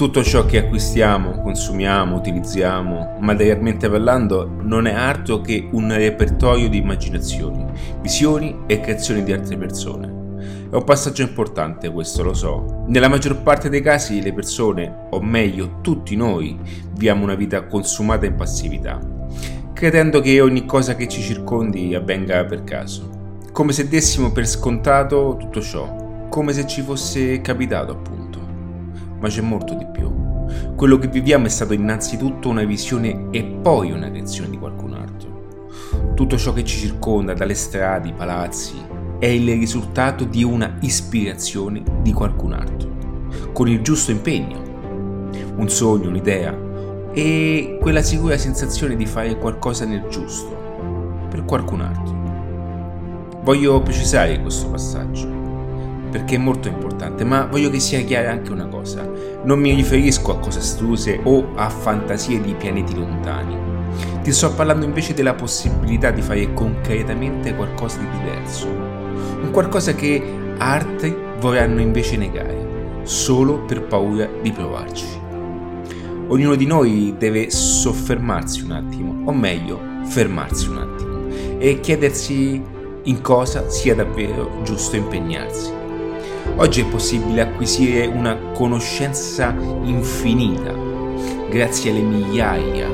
Tutto ciò che acquistiamo, consumiamo, utilizziamo, materialmente parlando, non è altro che un repertorio di immaginazioni, visioni e creazioni di altre persone. È un passaggio importante questo, lo so. Nella maggior parte dei casi le persone, o meglio tutti noi, viviamo una vita consumata in passività, credendo che ogni cosa che ci circondi avvenga per caso. Come se dessimo per scontato tutto ciò, come se ci fosse capitato appunto. Ma c'è molto di più. Quello che viviamo è stato innanzitutto una visione e poi una creazione di qualcun altro. Tutto ciò che ci circonda, dalle strade, i palazzi, è il risultato di una ispirazione di qualcun altro, con il giusto impegno, un sogno, un'idea e quella sicura sensazione di fare qualcosa nel giusto, per qualcun altro. Voglio precisare questo passaggio, perché è molto importante, ma voglio che sia chiara anche una cosa. Non mi riferisco a cose astruse o a fantasie di pianeti lontani. Ti sto parlando invece della possibilità di fare concretamente qualcosa di diverso. Un qualcosa che altri vorranno invece negare, solo per paura di provarci. Ognuno di noi deve soffermarsi un attimo, o meglio, fermarsi un attimo, e chiedersi in cosa sia davvero giusto impegnarsi. Oggi è possibile acquisire una conoscenza infinita grazie alle migliaia,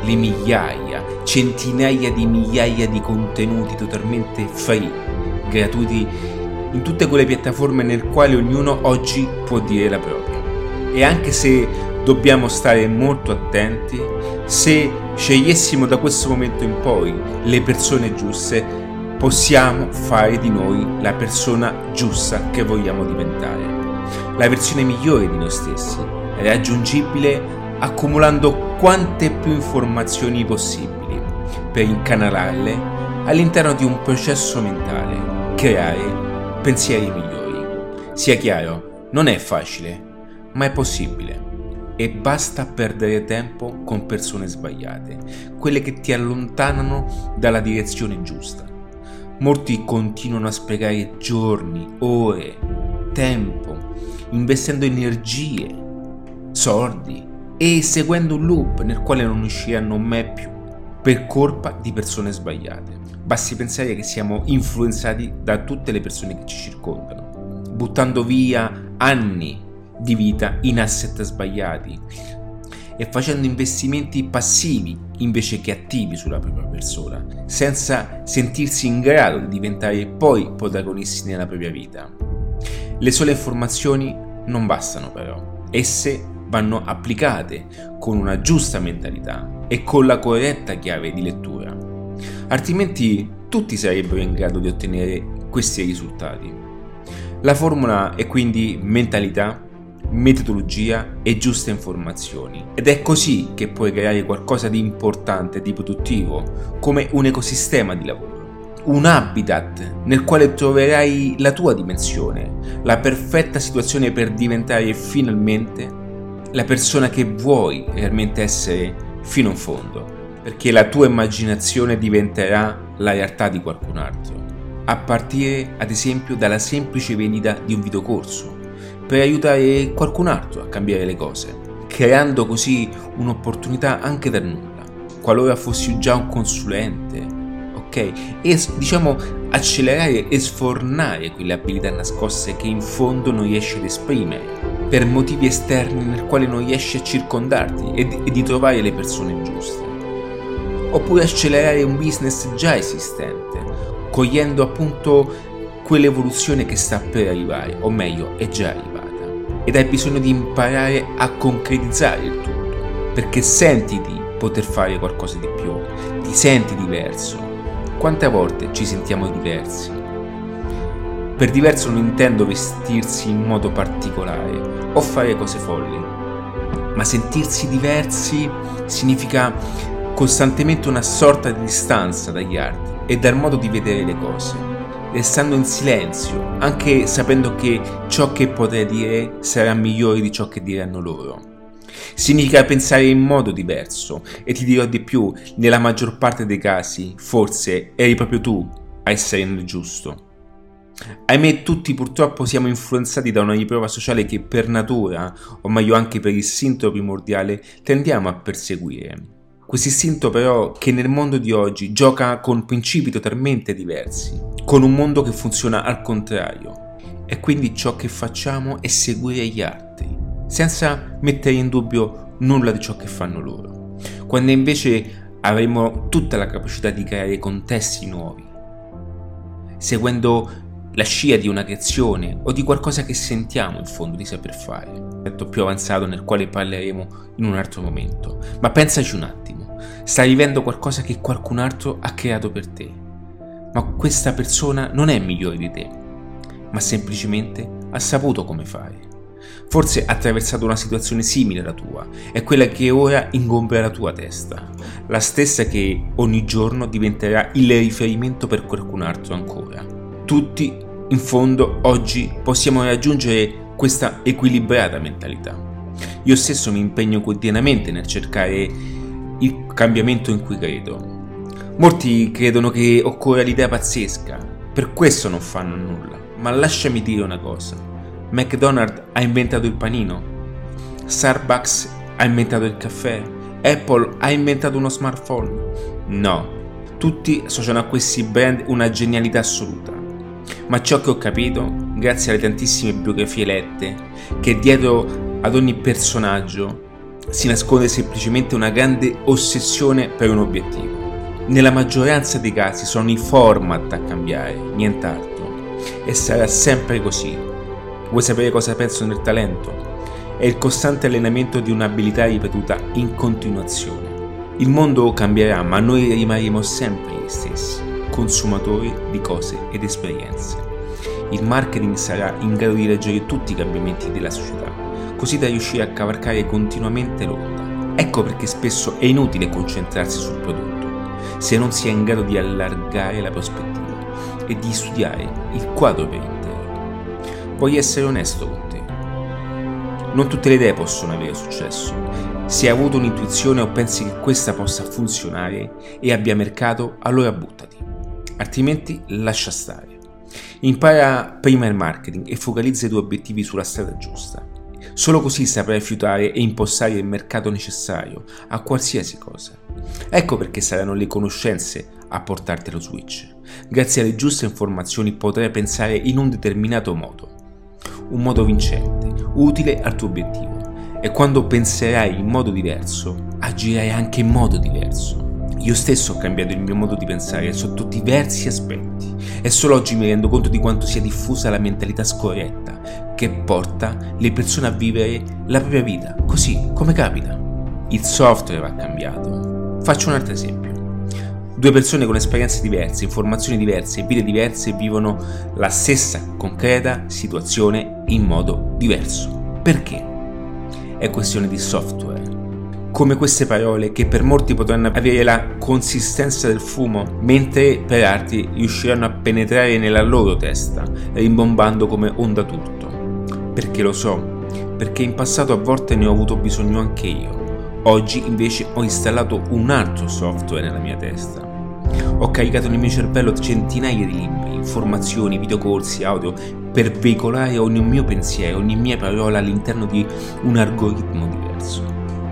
centinaia di migliaia di contenuti totalmente free, gratuiti in tutte quelle piattaforme nel quale ognuno oggi può dire la propria. E anche se dobbiamo stare molto attenti, se scegliessimo da questo momento in poi le persone giuste, possiamo fare di noi la persona giusta che vogliamo diventare, la versione migliore di noi stessi, raggiungibile accumulando quante più informazioni possibili per incanalarle all'interno di un processo mentale, creare pensieri migliori. Sia chiaro, non è facile, ma è possibile. E basta perdere tempo con persone sbagliate, quelle che ti allontanano dalla direzione giusta. Molti continuano a sprecare giorni, ore, tempo, investendo energie, soldi e seguendo un loop nel quale non usciranno mai più per colpa di persone sbagliate. Basti pensare che siamo influenzati da tutte le persone che ci circondano, buttando via anni di vita in asset sbagliati e facendo investimenti passivi invece che attivi sulla propria persona, senza sentirsi in grado di diventare poi protagonisti nella propria vita. Le sole informazioni non bastano però, esse vanno applicate con una giusta mentalità e con la corretta chiave di lettura, altrimenti tutti sarebbero in grado di ottenere questi risultati. La formula è quindi mentalità, metodologia e giuste informazioni, ed è così che puoi creare qualcosa di importante, di produttivo, come un ecosistema di lavoro, un habitat nel quale troverai la tua dimensione, la perfetta situazione per diventare finalmente la persona che vuoi realmente essere fino in fondo, perché la tua immaginazione diventerà la realtà di qualcun altro, a partire ad esempio dalla semplice vendita di un videocorso per aiutare qualcun altro a cambiare le cose, creando così un'opportunità anche dal nulla, qualora fossi già un consulente, ok? E accelerare e sfornare quelle abilità nascoste che in fondo non riesci ad esprimere per motivi esterni nel quale non riesci a circondarti e di trovare le persone giuste. Oppure accelerare un business già esistente, cogliendo appunto quell'evoluzione che sta per arrivare, o meglio è già arrivata, ed hai bisogno di imparare a concretizzare il tutto, perché senti di poter fare qualcosa di più, ti senti diverso. Quante volte ci sentiamo diversi? Per diverso non intendo vestirsi in modo particolare o fare cose folli, ma sentirsi diversi significa costantemente una sorta di distanza dagli altri e dal modo di vedere le cose, restando in silenzio, anche sapendo che ciò che potrei dire sarà migliore di ciò che diranno loro. Significa pensare in modo diverso, e ti dirò di più, nella maggior parte dei casi, forse eri proprio tu a essere nel giusto. Ahimè, tutti purtroppo siamo influenzati da una riprova sociale che per natura, o meglio anche per istinto primordiale, tendiamo a perseguire. Questo istinto però che nel mondo di oggi gioca con principi totalmente diversi, con un mondo che funziona al contrario. E quindi ciò che facciamo è seguire gli altri, senza mettere in dubbio nulla di ciò che fanno loro, quando invece avremo tutta la capacità di creare contesti nuovi, seguendo la scia di una creazione o di qualcosa che sentiamo in fondo di saper fare. Un aspetto più avanzato nel quale parleremo in un altro momento. Ma pensaci un attimo, stai vivendo qualcosa che qualcun altro ha creato per te, ma questa persona non è migliore di te, ma semplicemente ha saputo come fare. Forse ha attraversato una situazione simile alla tua, è quella che ora ingombra la tua testa, la stessa che ogni giorno diventerà il riferimento per qualcun altro ancora. Tutti, in fondo, oggi possiamo raggiungere questa equilibrata mentalità. Io stesso mi impegno quotidianamente nel cercare il cambiamento in cui credo. Molti credono che occorra l'idea pazzesca, per questo non fanno nulla. Ma lasciami dire una cosa: McDonald's ha inventato il panino, Starbucks ha inventato il caffè, Apple ha inventato uno smartphone. No, tutti associano a questi brand una genialità assoluta. Ma ciò che ho capito, grazie alle tantissime biografie lette, che dietro ad ogni personaggio si nasconde semplicemente una grande ossessione per un obiettivo. Nella maggioranza dei casi sono i format a cambiare, nient'altro. E sarà sempre così. Vuoi sapere cosa penso del talento? È il costante allenamento di un'abilità ripetuta in continuazione. Il mondo cambierà, ma noi rimarremo sempre gli stessi, consumatori di cose ed esperienze. Il marketing sarà in grado di leggere tutti i cambiamenti della società, così da riuscire a cavalcare continuamente l'onda. Ecco perché spesso è inutile concentrarsi sul prodotto, se non si è in grado di allargare la prospettiva e di studiare il quadro per intero. Voglio essere onesto con te. Non tutte le idee possono avere successo. Se hai avuto un'intuizione o pensi che questa possa funzionare e abbia mercato, allora buttati. Altrimenti lascia stare. Impara prima il marketing e focalizza i tuoi obiettivi sulla strada giusta. Solo così saprai fiutare e impostare il mercato necessario a qualsiasi cosa. Ecco perché saranno le conoscenze a portarti allo switch. Grazie alle giuste informazioni potrai pensare in un determinato modo, un modo vincente, utile al tuo obiettivo. E quando penserai in modo diverso, agirai anche in modo diverso. Io stesso ho cambiato il mio modo di pensare sotto diversi aspetti e solo oggi mi rendo conto di quanto sia diffusa la mentalità scorretta che porta le persone a vivere la propria vita così come capita. Il software va cambiato. Faccio un altro esempio. Due persone con esperienze diverse, informazioni diverse e vite diverse vivono la stessa concreta situazione in modo diverso. Perché? È questione di software. Come queste parole che per molti potranno avere la consistenza del fumo, mentre per altri riusciranno a penetrare nella loro testa, rimbombando come onda tutto. Perché lo so, perché in passato a volte ne ho avuto bisogno anche io. Oggi invece ho installato un altro software nella mia testa. Ho caricato nel mio cervello centinaia di libri, informazioni, videocorsi, audio per veicolare ogni mio pensiero, ogni mia parola all'interno di un algoritmo diverso.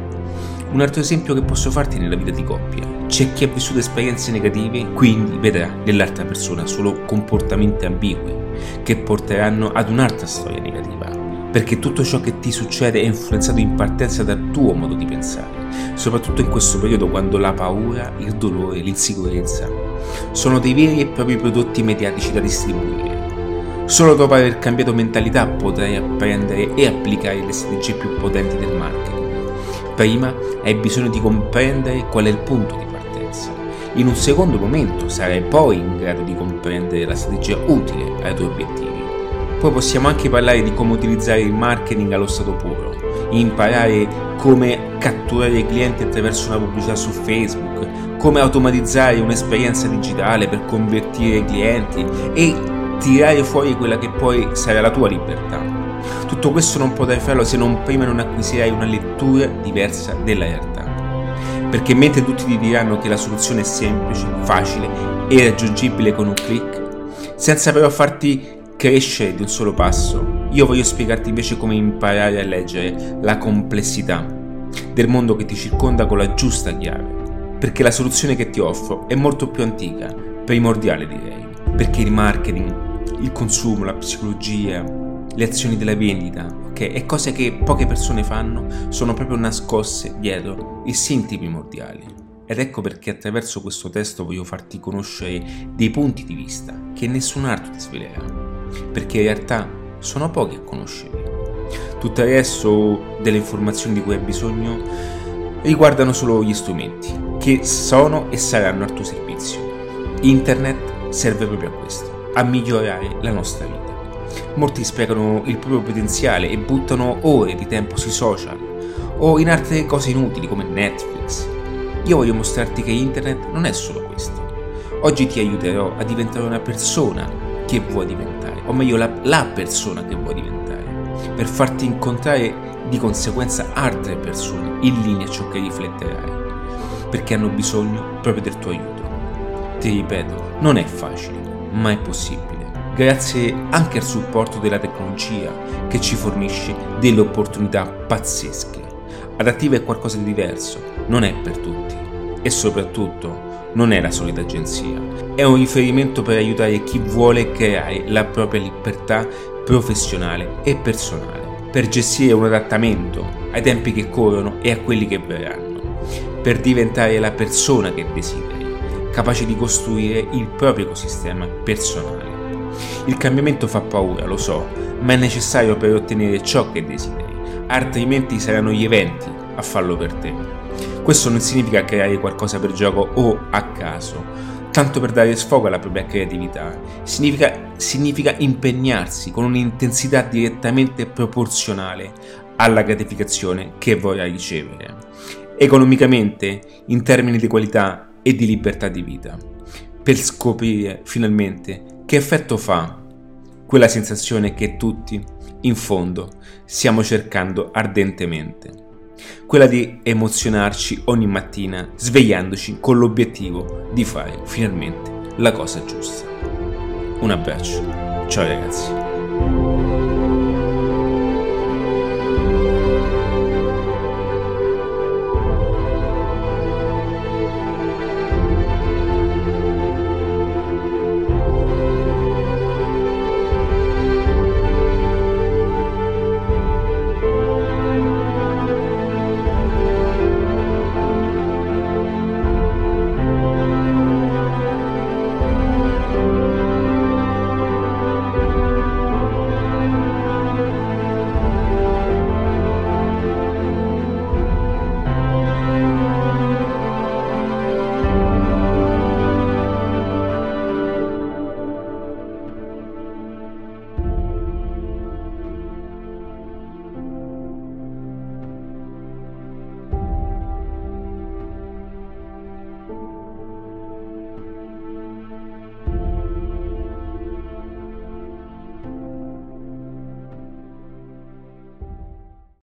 Un altro esempio che posso farti nella vita di coppia. C'è chi ha vissuto esperienze negative, quindi vedrà nell'altra persona solo comportamenti ambigui che porteranno ad un'altra storia negativa, perché tutto ciò che ti succede è influenzato in partenza dal tuo modo di pensare, soprattutto in questo periodo quando la paura, il dolore, l'insicurezza sono dei veri e propri prodotti mediatici da distribuire. Solo dopo aver cambiato mentalità potrai apprendere e applicare le strategie più potenti del marketing. Prima hai bisogno di comprendere qual è il punto di partenza. In un secondo momento sarai poi in grado di comprendere la strategia utile ai tuoi obiettivi. Poi possiamo anche parlare di come utilizzare il marketing allo stato puro, imparare come catturare i clienti attraverso una pubblicità su Facebook, come automatizzare un'esperienza digitale per convertire i clienti e tirare fuori quella che poi sarà la tua libertà. Tutto questo non potrai farlo se non prima non acquisirai una lettura diversa della realtà. Perché mentre tutti ti diranno che la soluzione è semplice, facile e raggiungibile con un click, Senza però farti crescere di un solo passo, io voglio spiegarti invece come imparare a leggere la complessità del mondo che ti circonda con la giusta chiave, perché la soluzione che ti offro è molto più antica, primordiale direi, perché il marketing, il consumo, la psicologia, le azioni della vendita, ok, e cose che poche persone fanno, sono proprio nascoste dietro i sinti primordiali. Ed ecco perché attraverso questo testo voglio farti conoscere dei punti di vista che nessun altro ti svelerà, perché in realtà sono pochi a conoscerli. Tutto il resto delle informazioni di cui hai bisogno riguardano solo gli strumenti che sono e saranno al tuo servizio. Internet serve proprio a questo, a migliorare la nostra vita. Molti sprecano il proprio potenziale e buttano ore di tempo sui social o in altre cose inutili come Netflix. Io voglio mostrarti che internet non è solo questo. Oggi ti aiuterò a diventare una persona che vuoi diventare, o meglio la persona che vuoi diventare, per farti incontrare di conseguenza altre persone in linea a ciò che rifletterai, perché hanno bisogno proprio del tuo aiuto. Ti ripeto, non è facile, ma è possibile, grazie anche al supporto della tecnologia che ci fornisce delle opportunità pazzesche. Adattiva è qualcosa di diverso, non è per tutti e soprattutto non è la solita agenzia, è un riferimento per aiutare chi vuole creare la propria libertà professionale e personale, per gestire un adattamento ai tempi che corrono e a quelli che verranno, per diventare la persona che desideri, capace di costruire il proprio ecosistema personale. Il cambiamento fa paura, lo so, ma è necessario per ottenere ciò che desideri, altrimenti saranno gli eventi a farlo per te. Questo non significa creare qualcosa per gioco o a caso, tanto per dare sfogo alla propria creatività. Significa impegnarsi con un'intensità direttamente proporzionale alla gratificazione che vorrai ricevere, economicamente, in termini di qualità e di libertà di vita, per scoprire finalmente che effetto fa quella sensazione che tutti, in fondo, stiamo cercando ardentemente, quella di emozionarci ogni mattina svegliandoci con l'obiettivo di fare finalmente la cosa giusta. Un abbraccio, ciao ragazzi.